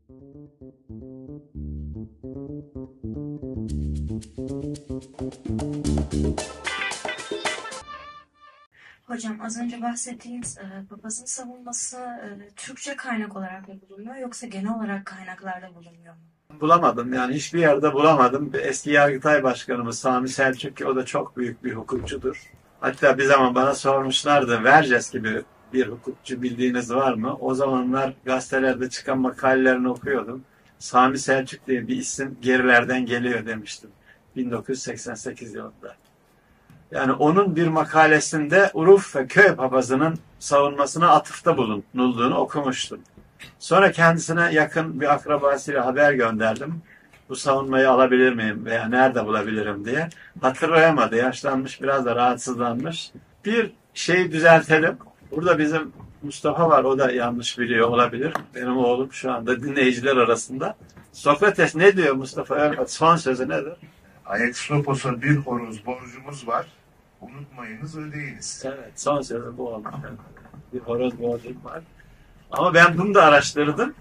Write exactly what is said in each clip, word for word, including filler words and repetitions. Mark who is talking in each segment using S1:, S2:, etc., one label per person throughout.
S1: Hocam az önce bahsettiğiniz e, papazın savunması e, Türkçe kaynak olarak mı bulunuyor yoksa genel olarak kaynaklarda bulunuyor mu?
S2: Bulamadım, yani hiçbir yerde bulamadım. Eski Yargıtay Başkanımız Sami Selçuk, ki o da çok büyük bir hukukçudur. Hatta bir zaman bana sormuşlardı, Verces gibi bir hukukçu bildiğiniz var mı? O zamanlar gazetelerde çıkan makalelerini okuyordum. Sami Selçuk diye bir isim gerilerden geliyor demiştim. bin dokuz yüz seksen sekiz yılında. Yani onun bir makalesinde Uruf ve köy papazının savunmasına atıfta bulunulduğunu okumuştum. Sonra kendisine yakın bir akrabasıyla haber gönderdim. Bu savunmayı alabilir miyim veya nerede bulabilirim diye. Hatırlayamadı. Yaşlanmış, biraz da rahatsızlanmış. Bir şeyi düzeltelim. Burada bizim Mustafa var. O da yanlış biliyor olabilir. Benim oğlum şu anda dinleyiciler arasında. Sokrates ne diyor Mustafa? Son sözü nedir?
S3: Ayaksopos'a bir horoz borcumuz var. Unutmayınız ödeyiniz.
S2: Evet, son sözü bu olmuş. Bir horoz borcum var. Ama ben bunu da araştırdım.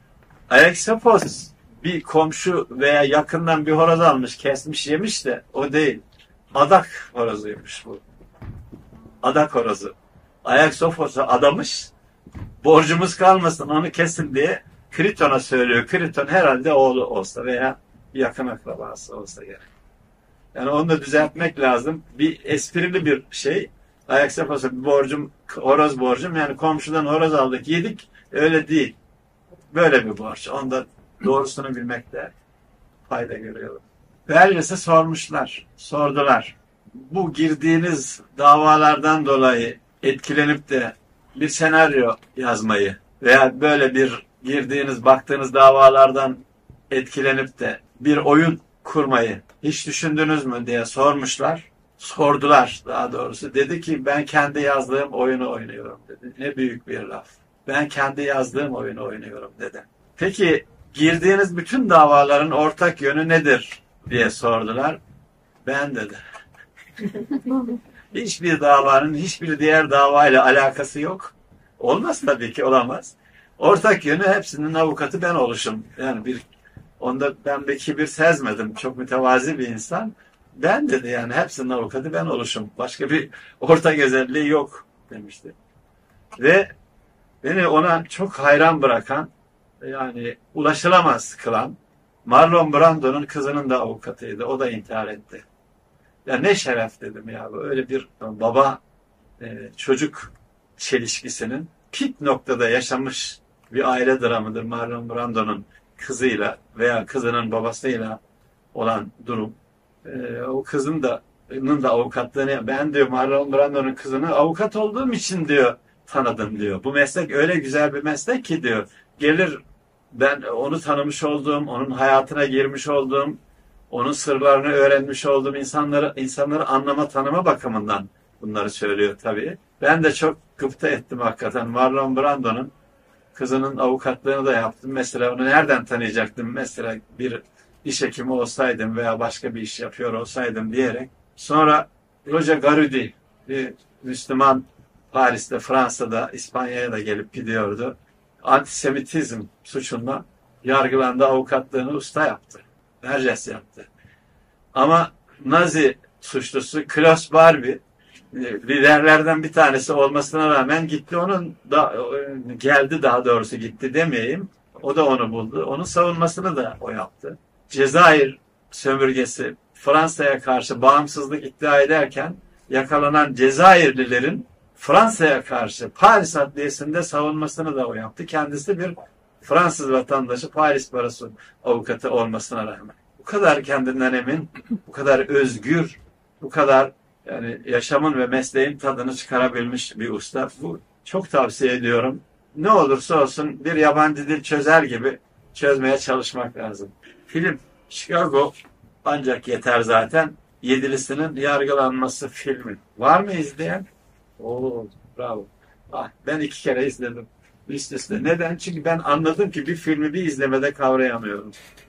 S2: Ayaksopos bir komşu veya yakından bir horoz almış, kesmiş, yemiş de o değil. Adak horozuymuş bu. Adak horozu. Ayaksopos'u adamış, borcumuz kalmasın onu kesin diye Kriton'a söylüyor. Kriton herhalde oğlu olsa veya yakın akrabası olsa gerek. Yani onu da düzeltmek lazım. Bir esprili bir şey. Ayaksopos'a bir borcum, horoz borcum, yani komşudan horoz aldık, yedik. Öyle değil. Böyle bir borç. Onda doğrusunu bilmekte fayda görüyorum. Verges'e sormuşlar, sordular. Bu girdiğiniz davalardan dolayı etkilenip de bir senaryo yazmayı veya böyle bir girdiğiniz, baktığınız davalardan etkilenip de bir oyun kurmayı hiç düşündünüz mü diye sormuşlar. Sordular daha doğrusu. Dedi ki ben kendi yazdığım oyunu oynuyorum dedi. Ne büyük bir laf. Ben kendi yazdığım oyunu oynuyorum dedi. Peki girdiğiniz bütün davaların ortak yönü nedir diye sordular. Ben dedi. Hiçbir davanın hiçbir diğer davayla alakası yok. Olmaz tabii ki, olamaz. Ortak yönü hepsinin avukatı ben oluşum. Yani bir onda ben bir kibir sezmedim. Çok mütevazi bir insan. Ben dedi, yani hepsinin avukatı ben oluşum. Başka bir ortak özelliği yok demişti. Ve beni ona çok hayran bırakan, yani ulaşılamaz kılan Marlon Brando'nun kızının da avukatıydı. O da intihar etti. Ya ne şeref dedim ya. Öyle bir baba e, çocuk çelişkisinin pik noktada yaşamış bir aile dramıdır Marlon Brando'nun kızıyla veya kızının babasıyla olan durum. E, o kızın da da avukatlığını, ben diyor Marlon Brando'nun kızını avukat olduğum için diyor tanıdım diyor. Bu meslek öyle güzel bir meslek ki diyor. Gelir, ben onu tanımış olduğum, onun hayatına girmiş olduğum, onun sırlarını öğrenmiş olduğum insanları insanları anlama tanıma bakımından bunları söylüyor tabii. Ben de çok gıpta ettim hakikaten. Marlon Brando'nun kızının avukatlığını da yaptım. Mesela onu nereden tanıyacaktım? Mesela bir diş hekimi olsaydım veya başka bir iş yapıyor olsaydım diyerek. Sonra Roger Garudi, bir Müslüman, Paris'te, Fransa'da, İspanya'ya da gelip gidiyordu. Antisemitizm suçundan yargılandı, avukatlığını usta yaptı. Verges yaptı. Ama Nazi suçlusu Klaus Barbie liderlerden bir tanesi olmasına rağmen gitti, onun da geldi, daha doğrusu gitti demeyeyim. O da onu buldu. Onun savunmasını da o yaptı. Cezayir sömürgesi Fransa'ya karşı bağımsızlık iddia ederken yakalanan Cezayirlilerin Fransa'ya karşı Paris Adliyesi'nde savunmasını da o yaptı. Kendisi bir Fransız vatandaşı, Paris Barosu avukatı olmasına rağmen. Bu kadar kendinden emin, bu kadar özgür, bu kadar yani yaşamın ve mesleğin tadını çıkarabilmiş bir usta. Bu çok tavsiye ediyorum. Ne olursa olsun bir yabancı dil çözer gibi çözmeye çalışmak lazım. Film Chicago ancak yeter zaten. Yedilisinin yargılanması filmi. Var mı izleyen? Oo, bravo. Ah, ben iki kere izledim. Üst üste. Neden? Çünkü ben anladım ki bir filmi bir izlemede kavrayamıyorum.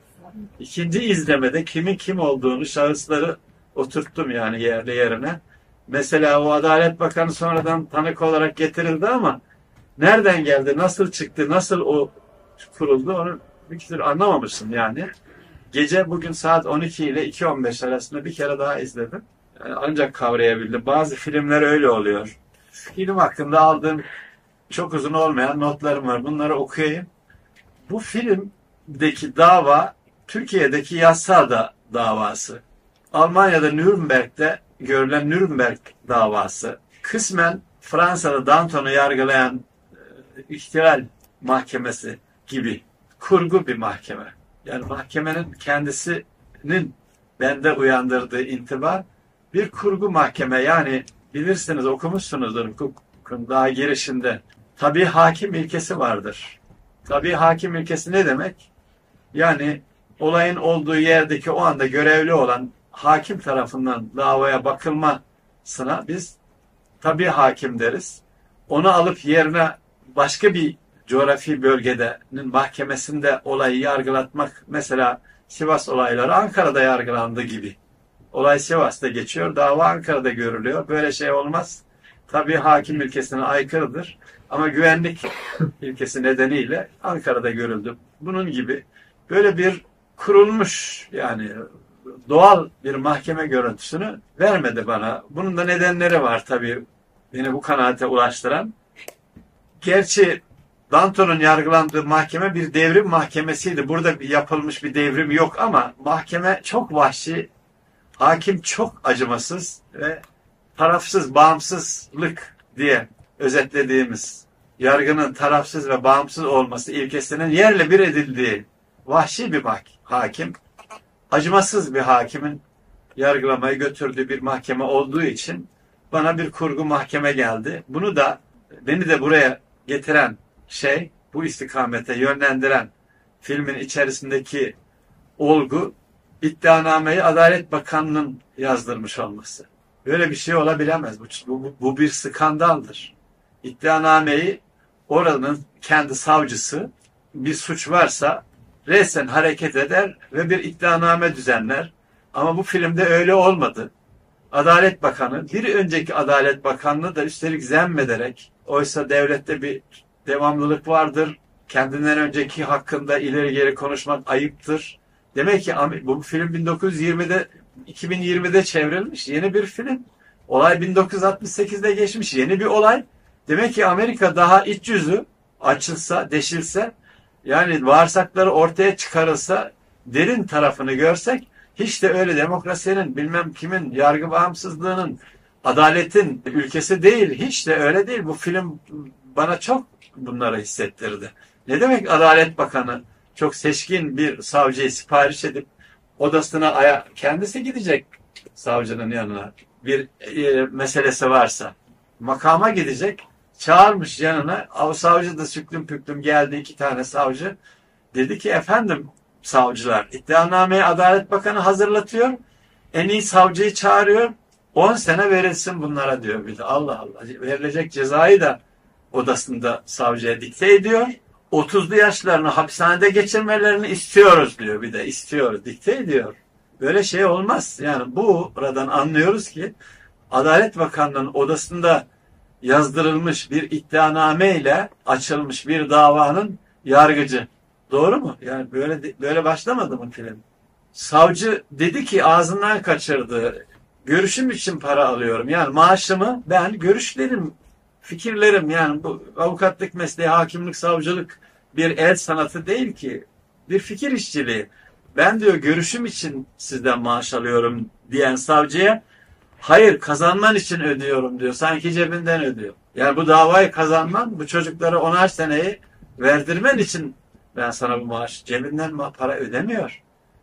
S2: İkinci izlemede kimin kim olduğunu, şahısları oturttum yani yerli yerine. Mesela o Adalet Bakanı sonradan tanık olarak getirildi ama nereden geldi, nasıl çıktı, nasıl o kuruldu onu bir tür anlamamışsın yani. Gece bugün saat on iki ile iki on beş arasında bir kere daha izledim. Yani ancak kavrayabildim. Bazı filmler öyle oluyor. Film hakkında aldığım çok uzun olmayan notlarım var. Bunları okuyayım. Bu filmdeki dava Türkiye'deki yasada davası. Almanya'da Nürnberg'de görülen Nürnberg davası. Kısmen Fransa'da Danton'u yargılayan e, ihtilal mahkemesi gibi kurgu bir mahkeme. Yani mahkemenin kendisinin bende uyandırdığı intiba bir kurgu mahkeme. Yani bilirsiniz, okumuşsunuzdur hukukun daha girişinde. Tabii hakim ilkesi vardır. Tabii hakim ilkesi ne demek? Yani olayın olduğu yerdeki o anda görevli olan hakim tarafından davaya bakılmasına biz tabii hakim deriz. Onu alıp yerine başka bir coğrafi bölgenin mahkemesinde olayı yargılatmak, mesela Sivas olayları Ankara'da yargılandı gibi. Olay Sivas'ta geçiyor, dava Ankara'da görülüyor. Böyle şey olmaz. Tabii hakim ilkesine aykırıdır. Ama güvenlik ilkesi nedeniyle Ankara'da görüldü. Bunun gibi böyle bir kurulmuş, yani doğal bir mahkeme görüntüsünü vermedi bana. Bunun da nedenleri var tabii beni bu kanaate ulaştıran. Gerçi Danton'un yargılandığı mahkeme bir devrim mahkemesiydi. Burada yapılmış bir devrim yok ama mahkeme çok vahşi, hakim çok acımasız ve tarafsız, bağımsızlık diye özetlediğimiz yargının tarafsız ve bağımsız olması ilkesinin yerle bir edildiği vahşi bir hakim, acımasız bir hakimin yargılamayı götürdüğü bir mahkeme olduğu için bana bir kurgu mahkeme geldi. Bunu da, beni de buraya getiren şey, bu istikamete yönlendiren filmin içerisindeki olgu, iddianameyi Adalet Bakanlığı'nın yazdırmış olması. Böyle bir şey olabilemez. Bu, bu, bu bir skandaldır. İddianameyi oranın kendi savcısı bir suç varsa resen hareket eder ve bir iddianame düzenler. Ama bu filmde öyle olmadı. Adalet Bakanı, bir önceki Adalet Bakanlığı da üstelik zemmederek, oysa devlette bir devamlılık vardır, kendinden önceki hakkında ileri geri konuşmak ayıptır. Demek ki bu film bin dokuz yüz yirmide, iki bin yirmide çevrilmiş yeni bir film. Olay bin dokuz yüz altmış sekizde geçmiş yeni bir olay. Demek ki Amerika daha iç yüzü açılsa, deşilse, yani bağırsakları ortaya çıkarılsa, derin tarafını görsek, hiç de öyle demokrasinin, bilmem kimin, yargı bağımsızlığının, adaletin ülkesi değil. Hiç de öyle değil. Bu film bana çok bunları hissettirdi. Ne demek Adalet Bakanı çok seçkin bir savcıyı sipariş edip odasına aya kendisi gidecek savcının yanına. Bir e, meselesi varsa makama gidecek. Çağırmış yanına. O savcı da süklüm püklüm geldi, iki tane savcı. Dedi ki efendim savcılar, iddianameyi Adalet Bakanı hazırlatıyor. En iyi savcıyı çağırıyor. on sene verilsin bunlara diyor bir de. Allah Allah. Verilecek cezayı da odasında savcıya dikte ediyor. otuzlu yaşlarını hapishanede geçirmelerini istiyoruz diyor bir de. İstiyoruz. Dikte ediyor. Böyle şey olmaz. Yani bu buradan anlıyoruz ki Adalet Bakanlığı'nın odasında yazdırılmış bir iddianame ile açılmış bir davanın yargıcı. Doğru mu? Yani böyle böyle başlamadı mı film? Savcı dedi ki ağzından kaçırdı. Görüşüm için para alıyorum. Yani maaşımı ben görüşlerim, fikirlerim, yani bu avukatlık mesleği, hakimlik, savcılık bir el sanatı değil ki. Bir fikir işçiliği. Ben diyor görüşüm için sizden maaş alıyorum diyen savcıya hayır kazanman için ödüyorum diyor. Sanki cebinden ödüyor. Yani bu davayı kazanman, bu çocuklara onar seneyi verdirmen için ben sana bu maaş, cebinden para ödemiyor.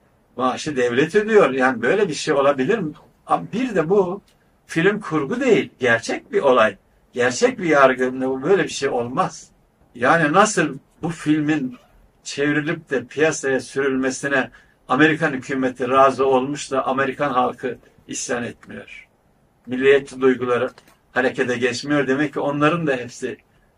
S2: Maaşı devlet ödüyor. Yani böyle bir şey olabilir mi? Ama bir de bu film kurgu değil. Gerçek bir olay. Gerçek bir yargı. Böyle bir şey olmaz. Yani nasıl bu filmin çevrilip de piyasaya sürülmesine Amerikan hükümeti razı olmuş da Amerikan halkı isyan etmiyor. Milliyetçi duyguları harekete geçmiyor. Demek ki onların da hepsi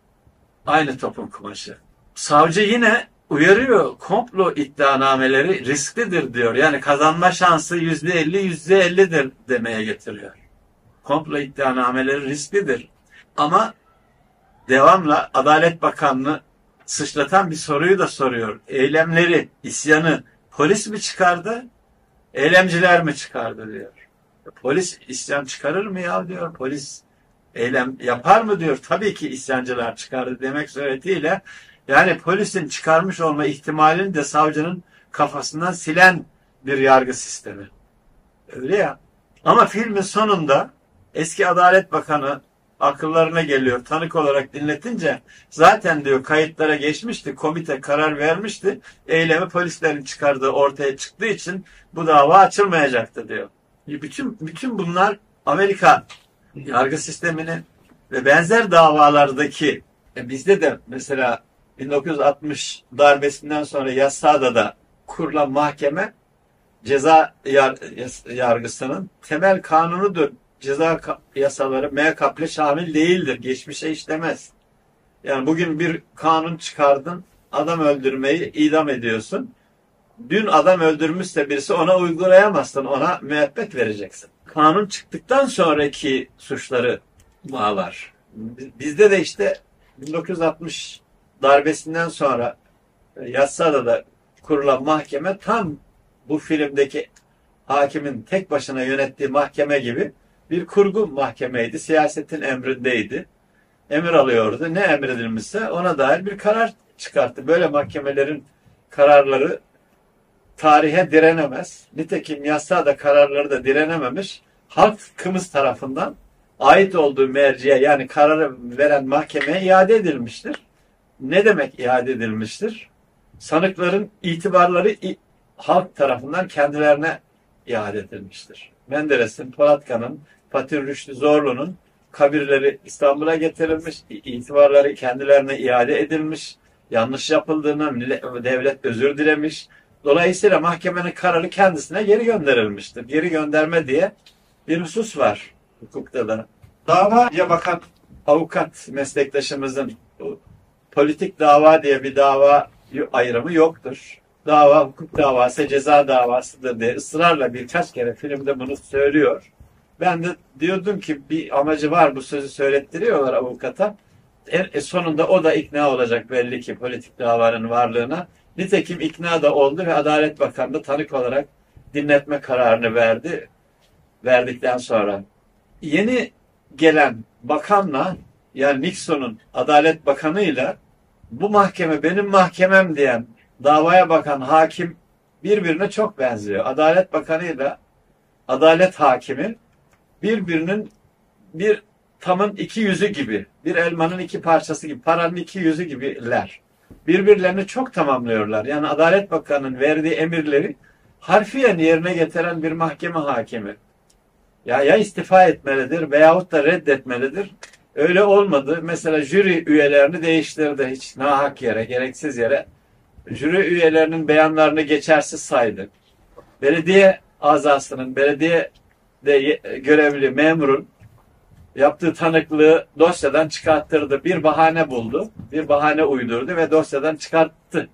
S2: aynı topun kumaşı. Savcı yine uyarıyor. Komplo iddianameleri risklidir diyor. Yani kazanma şansı yüzde elli, yüzde ellidir demeye getiriyor. Komplo iddianameleri risklidir. Ama devamla Adalet Bakanlığı sıçratan bir soruyu da soruyor. Eylemleri, isyanı polis mi çıkardı, eylemciler mi çıkardı diyor. Polis isyan çıkarır mı ya diyor. Polis eylem yapar mı diyor. Tabii ki isyancılar çıkardı demek suretiyle yani polisin çıkarmış olma ihtimalini de savcının kafasından silen bir yargı sistemi. Öyle ya. Ama filmin sonunda eski Adalet Bakanı akıllarına geliyor. Tanık olarak dinletince zaten diyor kayıtlara geçmişti. Komite karar vermişti. Eylemi polislerin çıkardığı ortaya çıktığı için bu dava açılmayacaktı diyor. Bütün, bütün bunlar Amerika yargı sistemini ve benzer davalardaki e bizde de mesela bin dokuz yüz altmış darbesinden sonra yasada da kurulan mahkeme ceza yar, yargısının temel kanunudur. Ceza yasaları M K P'le şamil değildir. Geçmişe işlemez. Yani bugün bir kanun çıkardın, adam öldürmeyi idam ediyorsun. Dün adam öldürmüşse birisi ona uygulayamazsın, ona müebbet vereceksin. Kanun çıktıktan sonraki suçları bağlar. Bizde de işte bin dokuz yüz altmış darbesinden sonra Yassıada da kurulan mahkeme tam bu filmdeki hakimin tek başına yönettiği mahkeme gibi bir kurgu mahkemeydi. Siyasetin emrindeydi. Emir alıyordu. Ne emredilmişse ona dair bir karar çıkarttı. Böyle mahkemelerin kararları tarihe direnemez. Nitekim Yassıada kararları da direnememiş. Halkımız tarafından ait olduğu merciye yani kararı veren mahkemeye iade edilmiştir. Ne demek iade edilmiştir? Sanıkların itibarları halk tarafından kendilerine iade edilmiştir. Menderes'in, Polatkan'ın, Fatih Rüştü Zorlu'nun kabirleri İstanbul'a getirilmiş, itibarları kendilerine iade edilmiş, yanlış yapıldığına devlet özür dilemiş. Dolayısıyla mahkemenin kararı kendisine geri gönderilmiştir. Geri gönderme diye bir husus var hukukta da. Davaya bakan avukat meslektaşımızın politik dava diye bir dava ayrımı yoktur. Dava hukuk davası, ceza davasıdır diye ısrarla birkaç kere filmde bunu söylüyor. Ben de diyordum ki bir amacı var, bu sözü söylettiriyorlar avukata. E, sonunda o da ikna olacak belli ki politik davanın varlığına. Nitekim ikna da oldu ve Adalet Bakanı da tanık olarak dinletme kararını verdi. Verdikten sonra yeni gelen bakanla yani Nixon'un Adalet Bakanı'yla bu mahkeme benim mahkemem diyen davaya bakan hakim birbirine çok benziyor. Adalet Bakanı'yla Adalet Hakimi birbirinin bir tamın iki yüzü gibi, bir elmanın iki parçası gibi, paranın iki yüzü gibiler. Birbirlerini çok tamamlıyorlar. Yani Adalet Bakanı'nın verdiği emirleri harfiyen yerine getiren bir mahkeme hakimi. Ya ya istifa etmelidir veyahut da reddetmelidir. Öyle olmadı. Mesela jüri üyelerini değiştirdi hiç nahak yere, gereksiz yere. Jüri üyelerinin beyanlarını geçersiz saydı. Belediye azasının, belediye de görevli memurun yaptığı tanıklığı dosyadan çıkarttırdı. Bir bahane buldu, bir bahane uydurdu ve dosyadan çıkarttı.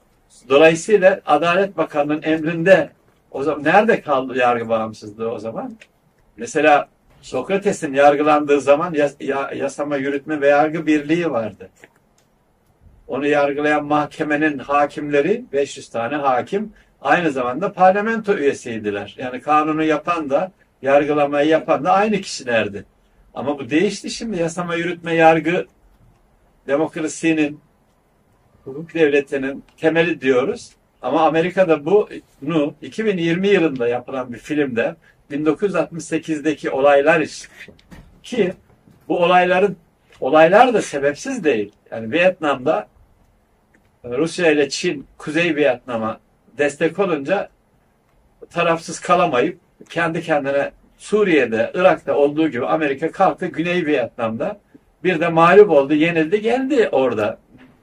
S2: Dolayısıyla Adalet Bakanı'nın emrinde o zaman nerede kaldı yargı bağımsızlığı o zaman? Mesela Sokrates'in yargılandığı zaman yas yasama, yürütme ve yargı birliği vardı. Onu yargılayan mahkemenin hakimleri, beş yüz tane hakim, aynı zamanda parlamento üyesiydiler. Yani kanunu yapan da, yargılamayı yapan da aynı kişilerdi. Ama bu değişti şimdi. Yasama, yürütme, yargı demokrasinin, hukuk devletinin temeli diyoruz. Ama Amerika'da bunu iki bin yirmi yılında yapılan bir filmde bin dokuz yüz altmış sekizdeki olaylar için ki bu olayların olaylar da sebepsiz değil. Yani Vietnam'da Rusya ile Çin Kuzey Vietnam'a destek olunca tarafsız kalamayıp kendi kendine Suriye'de, Irak'ta olduğu gibi Amerika kalktı Güney Vietnam'da bir de mağlup oldu, yenildi, geldi orada.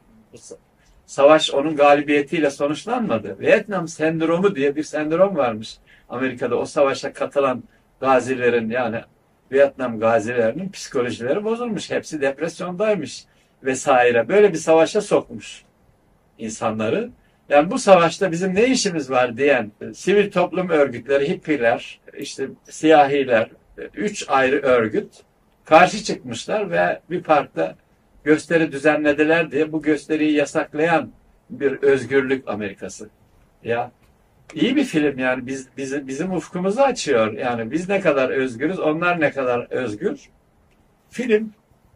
S2: Savaş onun galibiyetiyle sonuçlanmadı. Vietnam sendromu diye bir sendrom varmış. Amerika'da o savaşa katılan gazilerin yani Vietnam gazilerinin psikolojileri bozulmuş. Hepsi depresyondaymış vesaire. Böyle bir savaşa sokmuş insanları. Yani bu savaşta bizim ne işimiz var diyen sivil toplum örgütleri, hippiler, işte siyahiler, üç ayrı örgüt karşı çıkmışlar ve bir parkta gösteri düzenlediler diye bu gösteriyi yasaklayan bir özgürlük Amerikası. Ya iyi bir film yani biz bizim bizim ufkumuzu açıyor. Yani biz ne kadar özgürüz, onlar ne kadar özgür. Film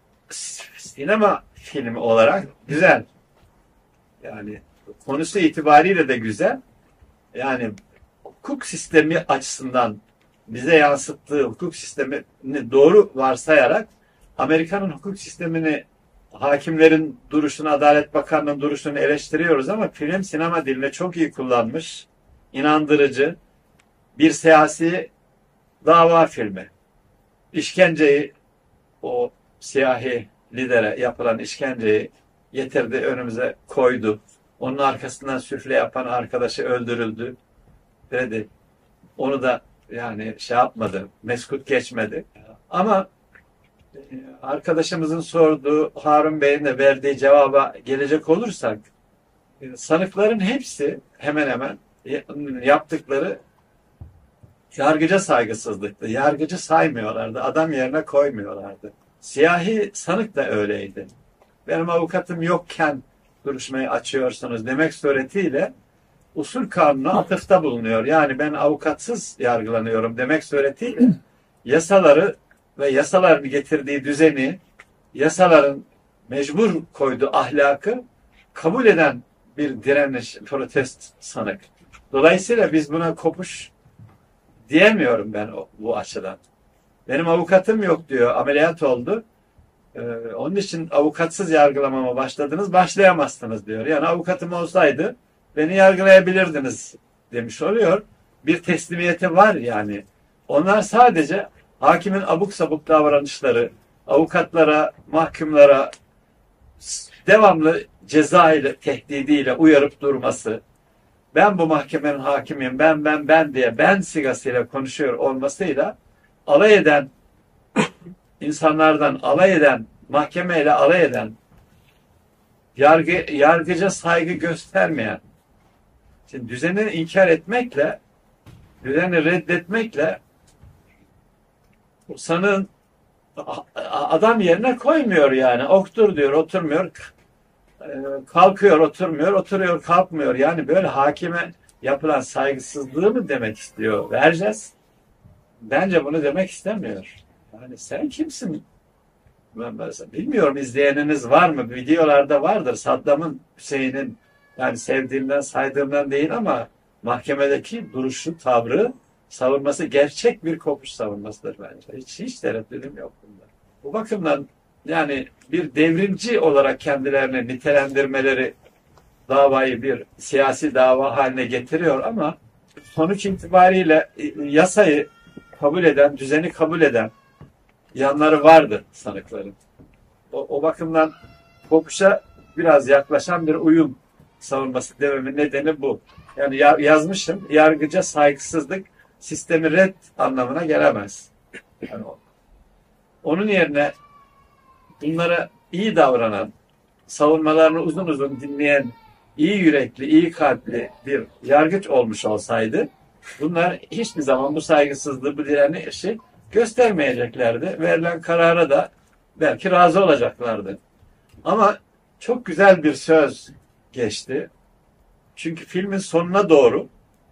S2: sinema filmi olarak güzel. Yani konusu itibariyle de güzel. Yani hukuk sistemi açısından bize yansıttığı hukuk sistemini doğru varsayarak Amerika'nın hukuk sistemini, hakimlerin duruşunu, Adalet Bakanlığı'nın duruşunu eleştiriyoruz ama film sinema diline çok iyi kullanmış, inandırıcı bir siyasi dava filmi. İşkenceyi, o siyahi lidere yapılan işkenceyi getirdi, önümüze koydu. Onun arkasından süfle yapan arkadaşı öldürüldü dedi. Onu da yani şey yapmadı, meskut geçmedi. Ama arkadaşımızın sorduğu, Harun Bey'in de verdiği cevaba gelecek olursak, sanıkların hepsi hemen hemen yaptıkları yargıca saygısızlıktı. Yargıcı saymıyorlardı, adam yerine koymuyorlardı. Siyahi sanık da öyleydi. Benim avukatım yokken duruşmayı açıyorsunuz demek suretiyle usul kanuna atıfta bulunuyor. Yani ben avukatsız yargılanıyorum demek suretiyle yasaları ve yasaların getirdiği düzeni, yasaların mecbur koyduğu ahlakı kabul eden bir direniş, protest sanık. Dolayısıyla biz buna kopuş diyemiyorum ben bu açıdan. Benim avukatım yok diyor, ameliyat oldu. Ee, onun için avukatsız yargılamama başladınız, başlayamazsınız diyor. Yani avukatım olsaydı beni yargılayabilirdiniz demiş oluyor. Bir teslimiyeti var yani. Onlar sadece hakimin abuk sabuk davranışları, avukatlara, mahkumlara devamlı ceza ile, tehdidiyle uyarıp durması, ben bu mahkemenin hakimiyim, ben, ben, ben diye ben sigasıyla konuşuyor olmasıyla alay eden, insanlardan alay eden, mahkemeyle alay eden, yargı, yargıca saygı göstermeyen, şimdi düzeni inkar etmekle, düzeni reddetmekle sanığın adam yerine koymuyor yani. Oktur diyor, oturmuyor. Kalkıyor, oturmuyor, oturuyor, kalkmıyor. Yani böyle hakime yapılan saygısızlığı mı demek istiyor? Vereceğiz. Bence bunu demek istemiyor. Yani sen kimsin? Ben bilmiyorum, izleyeniniz var mı? Videolarda vardır. Saddam'ın, Hüseyin'in yani sevdiğimden, saydığımdan değil ama mahkemedeki duruşu, tavrı, savunması gerçek bir kopuş savunmasıdır bence. Hiç, hiç tereddüdüm yok bunda. Bu bakımdan yani bir devrimci olarak kendilerini nitelendirmeleri davayı bir siyasi dava haline getiriyor ama sonuç itibariyle yasayı kabul eden, düzeni kabul eden yanları vardı sanıkların. O, o bakımdan kopuşa biraz yaklaşan bir uyum savunması dememin nedeni bu. Yani ya, yazmışım, yargıca saygısızlık sistemi red anlamına gelemez. Yani o. Onun yerine bunlara iyi davranan, savunmalarını uzun uzun dinleyen, iyi yürekli, iyi kalpli bir yargıç olmuş olsaydı, bunlar hiçbir zaman bu saygısızlığı, bu direnişi göstermeyeceklerdi. Verilen karara da belki razı olacaklardı. Ama çok güzel bir söz geçti. Çünkü filmin sonuna doğru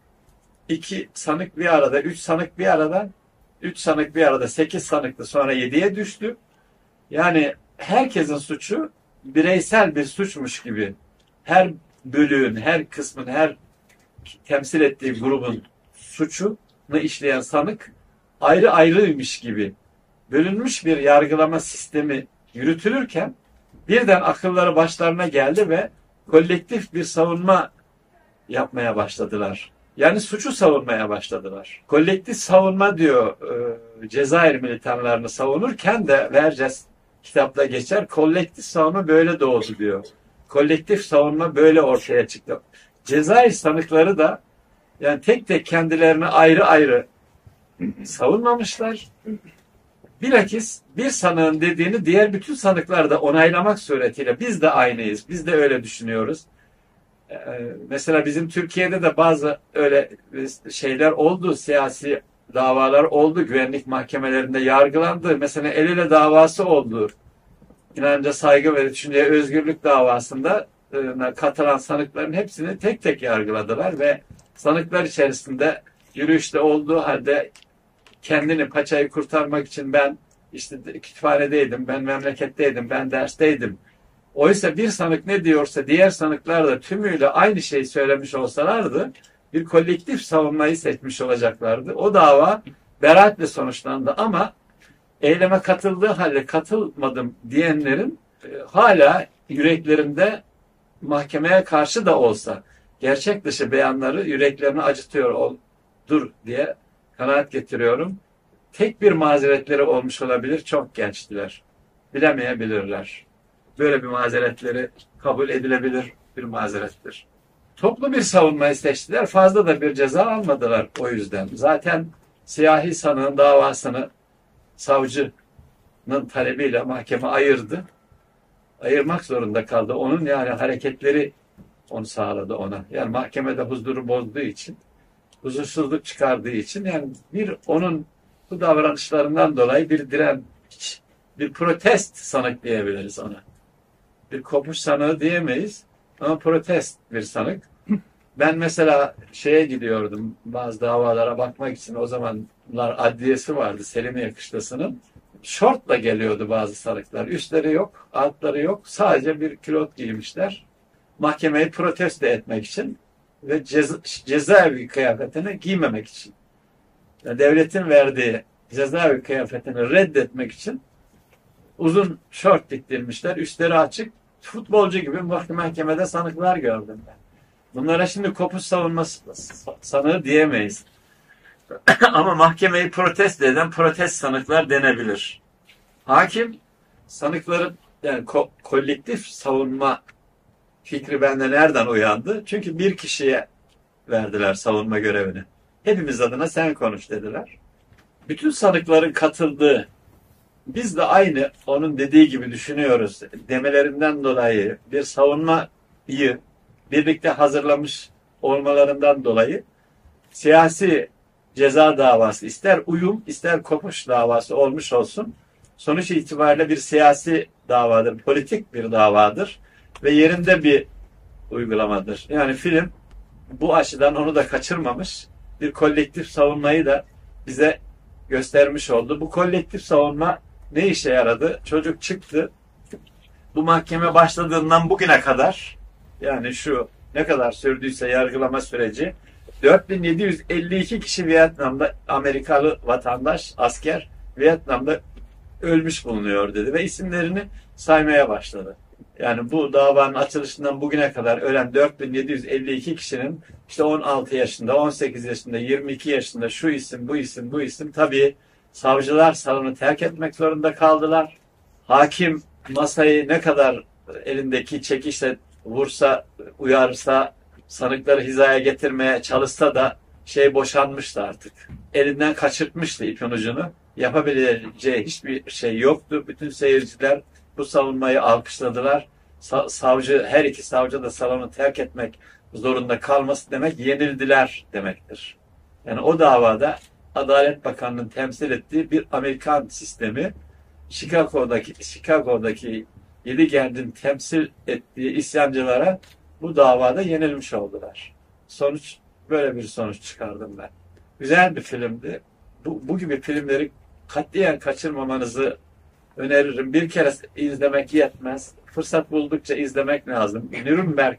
S2: iki sanık bir arada, üç sanık bir arada, üç sanık bir arada, sekiz sanıklı sonra yediye düştü. Yani herkesin suçu bireysel bir suçmuş gibi. Her bölüğün, her kısmın, her temsil ettiği grubun suçunu işleyen sanık ayrı ayrıymış gibi bölünmüş bir yargılama sistemi yürütülürken birden akılları başlarına geldi ve kolektif bir savunma yapmaya başladılar. Yani suçu savunmaya başladılar. Kolektif savunma diyor e, Cezayir militanlarını savunurken de vereceğiz kitapta geçer. Kolektif savunma böyle doğdu diyor. Kolektif savunma böyle ortaya çıktı. Cezayir sanıkları da yani tek tek kendilerini ayrı ayrı savunmamışlar. Bilakis bir sanığın dediğini diğer bütün sanıklar da onaylamak suretiyle biz de aynıyız, biz de öyle düşünüyoruz. Ee, mesela bizim Türkiye'de de bazı öyle şeyler oldu, siyasi davalar oldu, güvenlik mahkemelerinde yargılandı. Mesela el ele davası oldu. inanca saygı ve düşünceye özgürlük davasında e, katılan sanıkların hepsini tek tek yargıladılar ve sanıklar içerisinde yürüyüşte olduğu halde kendini, paçayı kurtarmak için ben işte kütüphanedeydim, ben memleketteydim, ben dersteydim. Oysa bir sanık ne diyorsa diğer sanıklar da tümüyle aynı şeyi söylemiş olsalardı bir kolektif savunmayı seçmiş olacaklardı. O dava beraatle sonuçlandı ama eyleme katıldığı halde katılmadım diyenlerin e, hala yüreklerinde mahkemeye karşı da olsa gerçek dışı beyanları yüreklerini acıtıyordur diye kanaat getiriyorum. Tek bir mazeretleri olmuş olabilir, çok gençtiler. Bilemeyebilirler. Böyle bir mazeretleri kabul edilebilir bir mazerettir. Toplu bir savunmayı seçtiler, fazla da bir ceza almadılar o yüzden. Zaten siyahi sanığın davasını savcının talebiyle mahkeme ayırdı. Ayırmak zorunda kaldı. Onun yani hareketleri onu sağladı ona. Yani mahkemede huzuru bozduğu için, huzursuzluk çıkardığı için yani bir onun bu davranışlarından dolayı bir direnç, bir protest sanık diyebiliriz ona. Bir kopuş sanığı diyemeyiz ama protest bir sanık. Ben mesela şeye gidiyordum bazı davalara bakmak için, o zamanlar adliyesi vardı Selimiye Kışlası'nın. Şortla geliyordu bazı sanıklar. Üstleri yok, altları yok. Sadece bir külot giymişler. Mahkemeyi protesto etmek için ve ceza, cezaevi kıyafetini giymemek için. Yani devletin verdiği cezaevi kıyafetini reddetmek için uzun şort diktirmişler. Üstleri açık. Futbolcu gibi mahkemede sanıklar gördüm ben. Bunlara şimdi kopuz savunması sanığı diyemeyiz. Ama mahkemeyi protesto eden protest sanıklar denebilir. Hakim sanıkların yani ko- kolektif savunma fikri bende nereden uyandı? Çünkü bir kişiye verdiler savunma görevini. Hepimiz adına sen konuş dediler. Bütün sanıkların katıldığı, biz de aynı onun dediği gibi düşünüyoruz demelerinden dolayı bir savunmayı birlikte hazırlamış olmalarından dolayı siyasi ceza davası, ister uyum ister kopuş davası olmuş olsun, sonuç itibariyle bir siyasi davadır, politik bir davadır ve yerinde bir uygulamadır. Yani film bu açıdan onu da kaçırmamış, bir kolektif savunmayı da bize göstermiş oldu. Bu kolektif savunma ne işe yaradı? Çocuk çıktı. Bu mahkeme başladığından bugüne kadar, yani şu ne kadar sürdüyse yargılama süreci, dört bin yedi yüz elli iki kişi Vietnam'da, Amerikalı vatandaş, asker Vietnam'da ölmüş bulunuyor dedi ve isimlerini saymaya başladı. Yani bu davanın açılışından bugüne kadar ölen dört bin yedi yüz elli iki kişinin işte on altı yaşında, on sekiz yaşında, yirmi iki yaşında şu isim, bu isim, bu isim, tabii savcılar salonu terk etmek zorunda kaldılar. Hakim masayı ne kadar elindeki çekişle vursa, uyarsa, sanıkları hizaya getirmeye çalışsa da şey boşanmıştı artık. Elinden kaçırtmıştı ipin ucunu. Yapabileceği hiçbir şey yoktu. Bütün seyirciler bu savunmayı alkışladılar. Sa- savcı, her iki savcı da salonu terk etmek zorunda kalması demek yenildiler demektir. Yani o davada Adalet Bakanlığı'nın temsil ettiği bir Amerikan sistemi, Chicago'daki Chicago'daki yedi gendin temsil ettiği isyancılara bu davada yenilmiş oldular. Sonuç, böyle bir sonuç çıkardım ben. Güzel bir filmdi. Bu, bu gibi filmleri katiyen kaçırmamanızı öneririm. Bir kere izlemek yetmez. Fırsat buldukça izlemek lazım. Nürnberg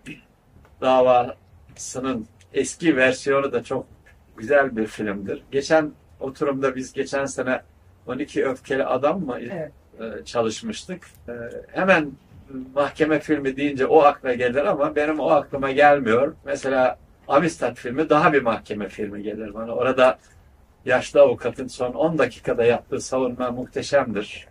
S2: davasının eski versiyonu da çok güzel bir filmdir. Geçen oturumda biz geçen sene on iki Öfkeli Adam mı evet. çalışmıştık. Hemen mahkeme filmi deyince o akla gelir ama benim o aklıma gelmiyor. Mesela Amistad filmi daha bir mahkeme filmi gelir bana. Orada yaşlı avukatın son on dakikada yaptığı savunma muhteşemdir.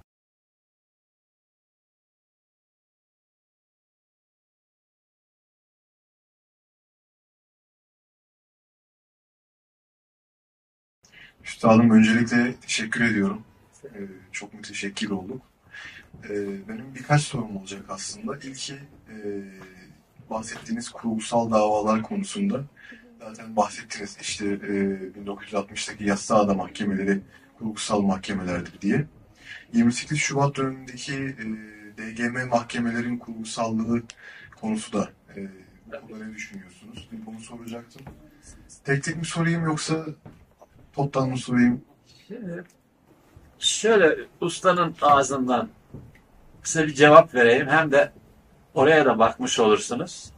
S3: Üstadım, öncelikle teşekkür ediyorum. Ee, çok müteşekkir olduk. Ee, benim birkaç sorum olacak aslında. İlki e, bahsettiğiniz kurgusal davalar konusunda. Zaten bahsettiniz işte e, bin dokuz yüz altmıştaki Yassıada mahkemeleri kurgusal mahkemelerdir diye. yirmi sekiz Şubat dönemindeki e, D G M mahkemelerin kurumsallığı konusu da e, bu konuda ne düşünüyorsunuz? Bunu soracaktım. Tek tek mi sorayım yoksa toptan mı sorayım?
S2: Şöyle ustanın ağzından size bir cevap vereyim. Hem de oraya da bakmış olursunuz.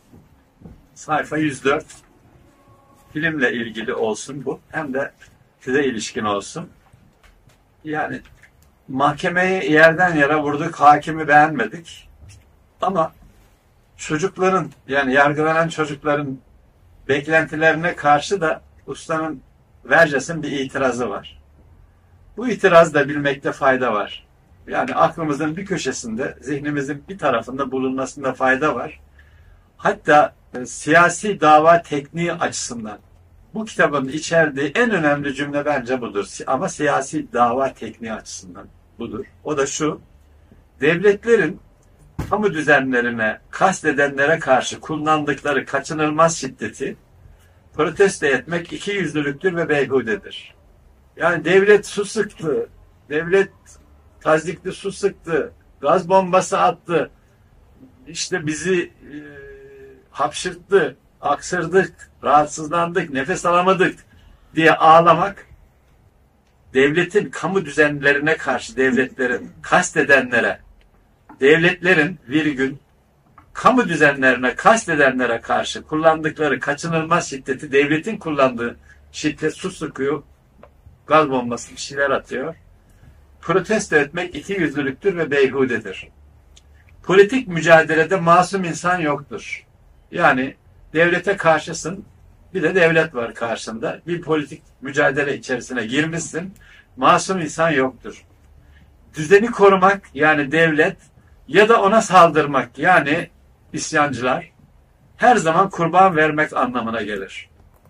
S2: Sayfa yüz dört. Filmle ilgili olsun bu. Hem de size ilişkin olsun. Yani mahkemeyi yerden yere vurduk. Hakimi beğenmedik. Ama çocukların, yani yargılanan çocukların beklentilerine karşı da ustanın Verges'in bir itirazı var. Bu itirazı da bilmekte fayda var. Yani aklımızın bir köşesinde, zihnimizin bir tarafında bulunmasında fayda var. Hatta e, siyasi dava tekniği açısından bu kitabın içerdiği en önemli cümle bence budur. Ama siyasi dava tekniği açısından budur. O da şu: devletlerin kamu düzenlerine kastedenlere karşı kullandıkları kaçınılmaz şiddeti protesto etmek ikiyüzlülüktür ve beyhudedir. Yani devlet su sıktı, devlet tazdikli su sıktı, gaz bombası attı, işte bizi e, hapşırttı, aksırdık, rahatsızlandık, nefes alamadık diye ağlamak, devletin kamu düzenlerine karşı devletlerin kastedenlere, devletlerin virgül, kamu düzenlerine kastedenlere karşı kullandıkları kaçınılmaz şiddeti, devletin kullandığı şiddet, su sıkıyor, gaz bombası bir şeyler atıyor, protesto etmek ikiyüzlülüktür ve beyhudedir. Politik mücadelede masum insan yoktur. Yani devlete karşısın, bir de devlet var karşında. Bir politik mücadele içerisine girmişsin, masum insan yoktur. Düzeni korumak, yani devlet, ya da ona saldırmak, yani isyancılar, her zaman kurban vermek anlamına gelir.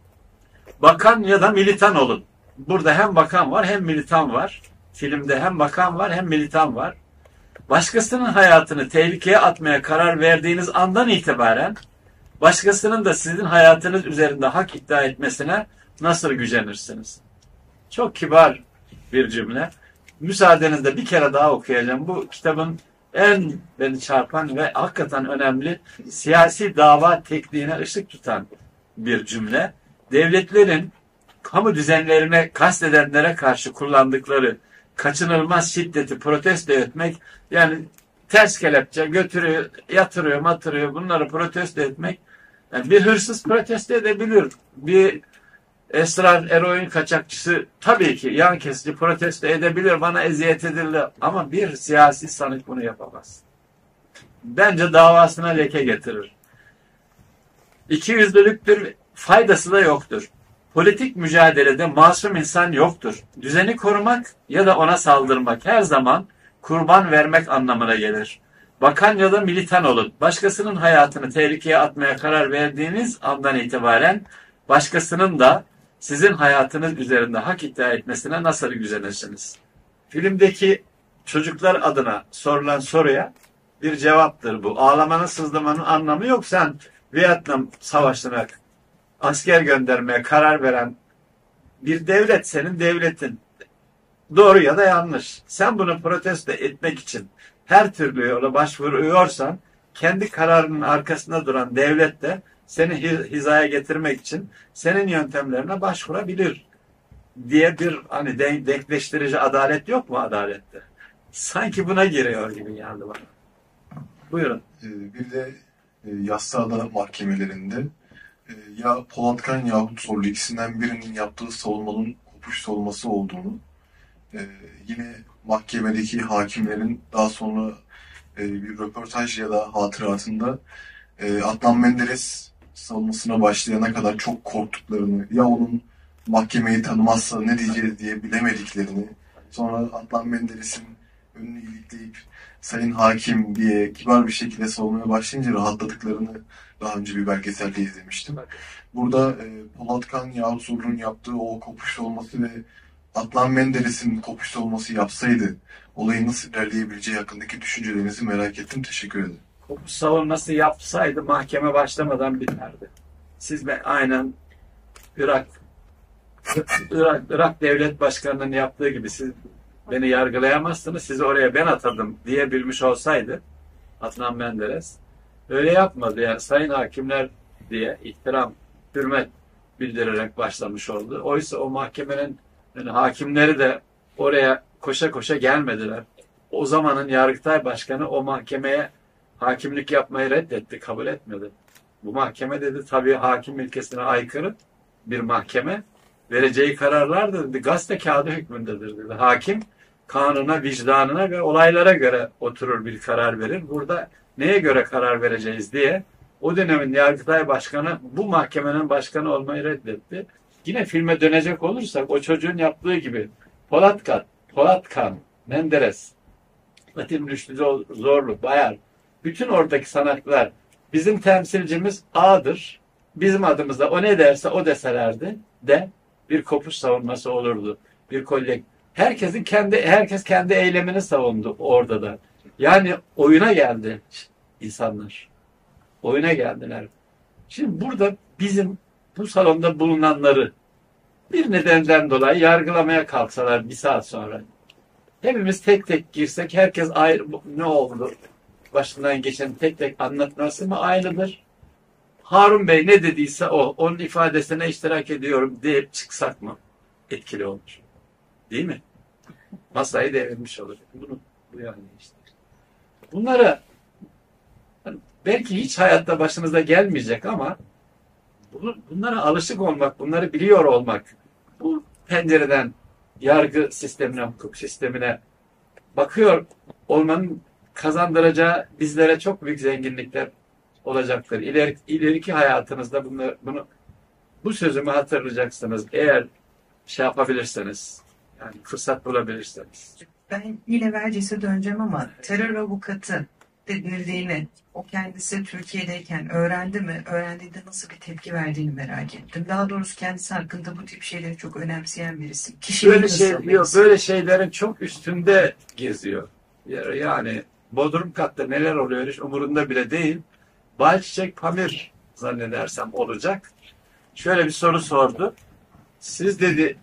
S2: Bakan ya da militan olun. Burada hem bakan var hem militan var. Filmde hem bakan var hem militan var. Başkasının hayatını tehlikeye atmaya karar verdiğiniz andan itibaren başkasının da sizin hayatınız üzerinde hak iddia etmesine nasıl gücenirsiniz? Çok kibar bir cümle. Müsaadenizle bir kere daha okuyacağım. Bu kitabın en beni çarpan ve hakikaten önemli siyasi dava tekniğine ışık tutan bir cümle. Devletlerin kamu düzenlerine kastedenlere karşı kullandıkları kaçınılmaz şiddeti protesto etmek, yani ters kelepçe götürüyor, yatırıyor, matırıyor, bunları protesto etmek, yani bir hırsız protesto edebilir, bir esrar, eroin kaçakçısı tabii ki yan kesici protesto edebilir, bana eziyet edildi, ama bir siyasi sanık bunu yapamaz. Bence davasına leke getirir. İkiyüzlülüktür, faydası da yoktur. Politik mücadelede masum insan yoktur. Düzeni korumak ya da ona saldırmak her zaman kurban vermek anlamına gelir. Bakan ya da militan olun. Başkasının hayatını tehlikeye atmaya karar verdiğiniz andan itibaren başkasının da sizin hayatınız üzerinde hak iddia etmesine nasıl gücenirsiniz? Filmdeki çocuklar adına sorulan soruya bir cevaptır bu. Ağlamanın, sızlamanın anlamı yok. Sen Vietnam Savaşı'na asker göndermeye karar veren bir devlet, senin devletin. Doğru ya da yanlış. Sen bunu protesto etmek için her türlü yola başvuruyorsan, kendi kararının arkasında duran devlet de seni hizaya getirmek için senin yöntemlerine başvurabilir diye bir hani denkleştirici adalet yok mu adalette? Sanki buna giriyor gibi geldi bana. Buyurun.
S3: Bir de Yassıada mahkemelerinde ya Polatkan yahut Zorlu ikisinden birinin yaptığı savunmanın kopuş savunması olduğunu, yine mahkemedeki hakimlerin daha sonra bir röportaj ya da hatıratında Adnan Menderes savunmasına başlayana kadar çok korktuklarını, ya onun mahkemeyi tanımazsa ne diyeceğiz diye bilemediklerini, sonra Adnan Menderes'in önünü ilikleyip sayın hakim diye kibar bir şekilde savunmaya başlayınca rahatladıklarını daha önce bir belgeselde izlemiştim. Burada e, Polatkan yahut Zorlu'nun yaptığı o kopuş olması ve Adnan Menderes'in kopuş olması yapsaydı olayın nasıl ilerleyebileceği hakkındaki düşüncelerinizi merak ettim. Teşekkür ederim.
S2: Kopuş savunması yapsaydı mahkeme başlamadan biterdi. Siz ben aynen Irak Irak, Irak Devlet Başkanı'nın yaptığı gibi siz beni yargılayamazsınız, sizi oraya ben atadım diyebilmiş olsaydı Adnan Menderes öyle yapmadı. Yani sayın hakimler diye ihtiram, hürmet bildirerek başlamış oldu. Oysa o mahkemenin yani hakimleri de oraya koşa koşa gelmediler. O zamanın Yargıtay Başkanı o mahkemeye hakimlik yapmayı reddetti, kabul etmedi. Bu mahkeme dedi tabii hakim ilkesine aykırı bir mahkeme. Vereceği kararlar da dedi gazete kağıdı hükmündedir dedi. Hakim kanuna, vicdanına ve olaylara göre oturur bir karar verir. Burada neye göre karar vereceğiz diye o dönemin Yargıtay Başkanı bu mahkemenin başkanı olmayı reddetti. Yine filme dönecek olursak o çocuğun yaptığı gibi Polatkan, Polatkan, Menderes, Latin Rüştü Zorlu, Bayar, bütün oradaki sanatçılar bizim temsilcimiz A'dır. Bizim adımızda o ne derse o deselerdi de bir kopuş savunması olurdu. Bir kolek. Herkesin kendi herkes kendi eylemini savundu orada da. Yani oyuna geldi insanlar. Oyuna geldiler. Şimdi burada bizim bu salonda bulunanları bir nedenden dolayı yargılamaya kalksalar bir saat sonra hepimiz tek tek girsek herkes ayrı ne oldu başından geçen tek tek anlatması mı aynıdır? Harun Bey ne dediyse o, onun ifadesine iştirak ediyorum deyip çıksak mı etkili olur? Değil mi? Masayı devirmiş olur. Bunu bu yani işte. Bunlara hani belki hiç hayatta başınıza gelmeyecek ama bunu, bunlara alışık olmak, bunları biliyor olmak, bu pencereden yargı sistemine, hukuk sistemine bakıyor olmanın kazandıracağı bizlere çok büyük zenginlikler olacaktır. İleri, ileriki hayatınızda bunu, bunu bu sözümü hatırlayacaksınız. Eğer şey yapabilirseniz, yani fırsat bulabilirseniz.
S4: Ben yine Verces'e döneceğim ama terör avukatı denildiğini o kendisi Türkiye'deyken öğrendi mi? Öğrendiğinde nasıl bir tepki verdiğini merak ettim. Daha doğrusu kendisi hakkında bu tip şeyleri çok önemseyen birisi. Kişiliği
S2: Böyle
S4: nasıl
S2: şey yok,
S4: birisi?
S2: böyle şeylerin çok üstünde geziyor. Yani Bodrum katta neler oluyor hiç umurunda bile değil. Balçiçek Pamir zannedersem olacak. Şöyle bir soru sordu. Siz dedi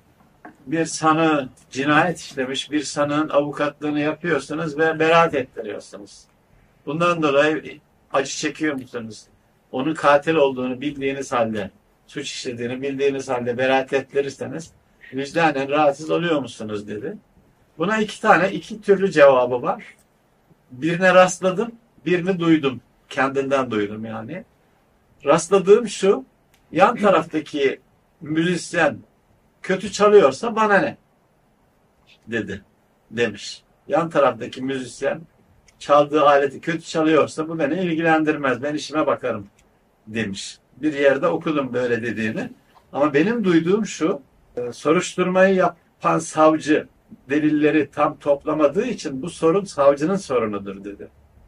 S2: bir sanığı cinayet işlemiş bir sanığın avukatlığını yapıyorsunuz ve beraat ettiriyorsunuz. Bundan dolayı acı çekiyor musunuz? Onun katil olduğunu bildiğiniz halde, suç işlediğini bildiğiniz halde beraat ettirirseniz vicdanen rahatsız oluyor musunuz dedi. Buna iki tane, iki türlü cevabı var. Birine rastladım, birini duydum. Kendinden duydum yani. Rastladığım şu, yan taraftaki müzisyen kötü çalıyorsa bana ne? Dedi, demiş. Yan taraftaki müzisyen çaldığı aleti kötü çalıyorsa bu beni ilgilendirmez, ben işime bakarım demiş. Bir yerde okudum böyle dediğini. Ama benim duyduğum şu, soruşturmayı yapan savcı delilleri tam toplamadığı için bu sorun savcının sorunudur dedi.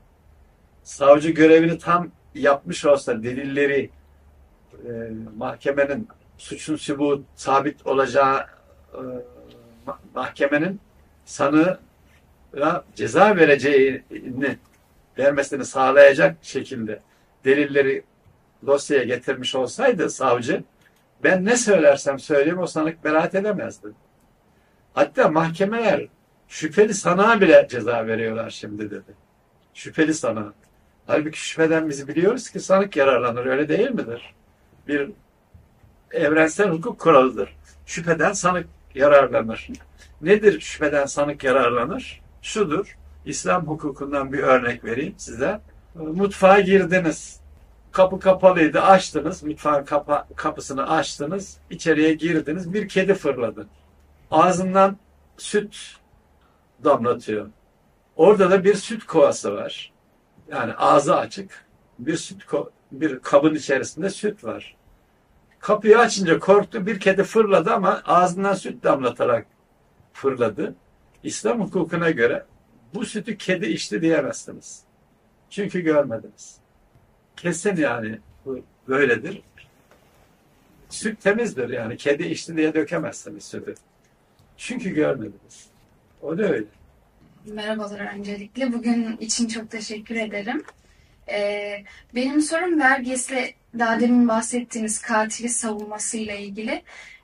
S2: Savcı görevini tam yapmış olsa delilleri e, mahkemenin suçun sübut sabit olacağı e, mahkemenin sanığa ceza vereceğini vermesini sağlayacak şekilde delilleri dosyaya getirmiş olsaydı savcı ben ne söylersem söyleyeyim o sanık beraat edemezdi. Hatta mahkemeler şüpheli sanığa bile ceza veriyorlar şimdi dedi. Şüpheli sanığa. Halbuki şüpheden biz biliyoruz ki sanık yararlanır. Öyle değil midir? Bir evrensel hukuk kuralıdır. Şüpheden sanık yararlanır. Nedir şüpheden sanık yararlanır? Şudur. İslam hukukundan bir örnek vereyim size. Mutfağa girdiniz. Kapı kapalıydı. Açtınız. Mutfağın kapa kapısını açtınız. İçeriye girdiniz. Bir kedi fırladı. Ağzından süt damlatıyor. Orada da bir süt kovası var. Yani ağzı açık. Bir süt bir kabın içerisinde süt var. Kapıyı açınca korktu. Bir kedi fırladı ama ağzından süt damlatarak fırladı. İslam hukukuna göre bu sütü kedi içti diyemezsiniz. Çünkü görmediniz. Kesin yani bu böyledir. Süt temizdir yani. Kedi içti diye dökemezsiniz sütü. Çünkü görmediniz. O da öyle.
S5: Merhabalar öncelikle. Bugün için çok teşekkür ederim. Ee, benim sorum Verges'le daha demin bahsettiğiniz katili savunmasıyla ilgili.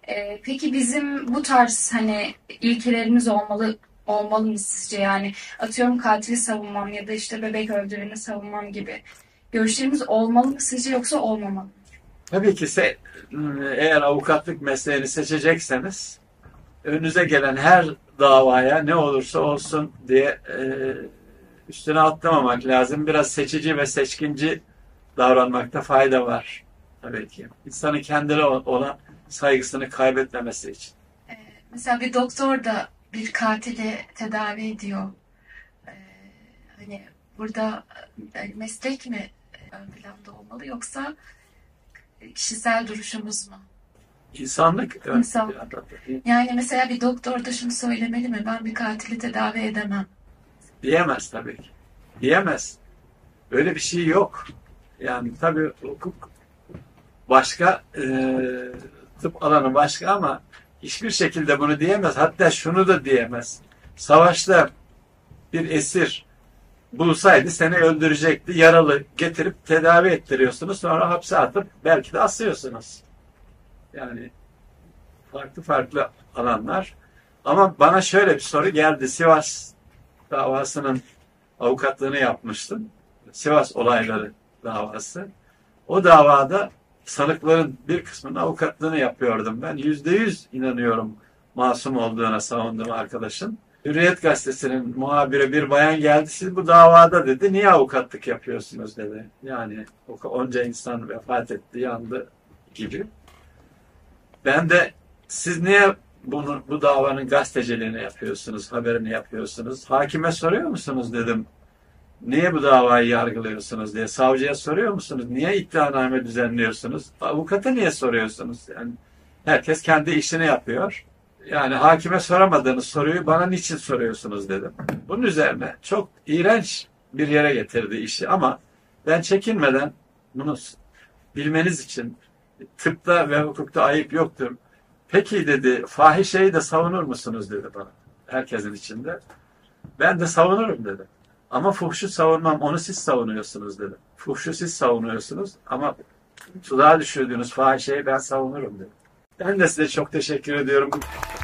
S5: Ee, peki bizim bu tarz hani ilkelerimiz olmalı olmalı mı sizce? Yani atıyorum katili savunmam ya da işte bebek öldüreni savunmam gibi görüşlerimiz olmalı mı sizce yoksa olmamalı mı?
S2: Tabii ki se eğer avukatlık mesleğini seçecekseniz önünüze gelen her davaya ne olursa olsun diye e, üstüne atlamamak lazım. Biraz seçici ve seçkinci davranmakta fayda var. Tabii ki. İnsanın kendine olan saygısını kaybetmemesi için.
S1: Ee, mesela bir doktor da bir katili tedavi ediyor. Ee, hani burada e, meslek mi ön planda olmalı yoksa kişisel duruşumuz mu?
S2: İnsanlık.
S1: İnsan. Yani mesela bir doktor da şunu söylemeli mi? Ben bir katili tedavi edemem.
S2: Diyemez tabii ki. Diyemez. Öyle bir şey yok. Yani tabii hukuk başka, e, tıp alanı başka ama hiçbir şekilde bunu diyemez. Hatta şunu da diyemez. Savaşta bir esir bulsaydı seni öldürecekti. Yaralı getirip tedavi ettiriyorsunuz. Sonra hapse atıp belki de asıyorsunuz. Yani farklı farklı alanlar. Ama bana şöyle bir soru geldi. Sivas davasının avukatlığını yapmıştım. Sivas olayları davası. O davada sanıkların bir kısmının avukatlığını yapıyordum. Ben yüzde yüz inanıyorum masum olduğuna savunduğum arkadaşın. Hürriyet Gazetesi'nin muhabiri bir bayan geldi. Siz bu davada dedi. Niye avukatlık yapıyorsunuz dedi. Yani onca insan vefat etti, yandı gibi. Ben de siz niye bunu, bu davanın gazeteciliğini yapıyorsunuz, haberini yapıyorsunuz? Hakime soruyor musunuz dedim. Niye bu davayı yargılıyorsunuz diye. Savcıya soruyor musunuz? Niye iddianame düzenliyorsunuz? Avukata niye soruyorsunuz? Yani herkes kendi işini yapıyor. Yani hakime soramadığınız soruyu bana niçin soruyorsunuz dedim. Bunun üzerine çok iğrenç bir yere getirdi işi ama ben çekinmeden bunu bilmeniz için tıpta ve hukukta ayıp yoktur. Peki dedi, fahişeyi de savunur musunuz dedi bana. Herkesin içinde. Ben de savunurum dedim. Ama fuhşu savunmam, onu siz savunuyorsunuz dedim. Fuhşu siz savunuyorsunuz ama tuzağa düşürdüğünüz fahişeyi ben savunurum dedim. Ben de size çok teşekkür ediyorum.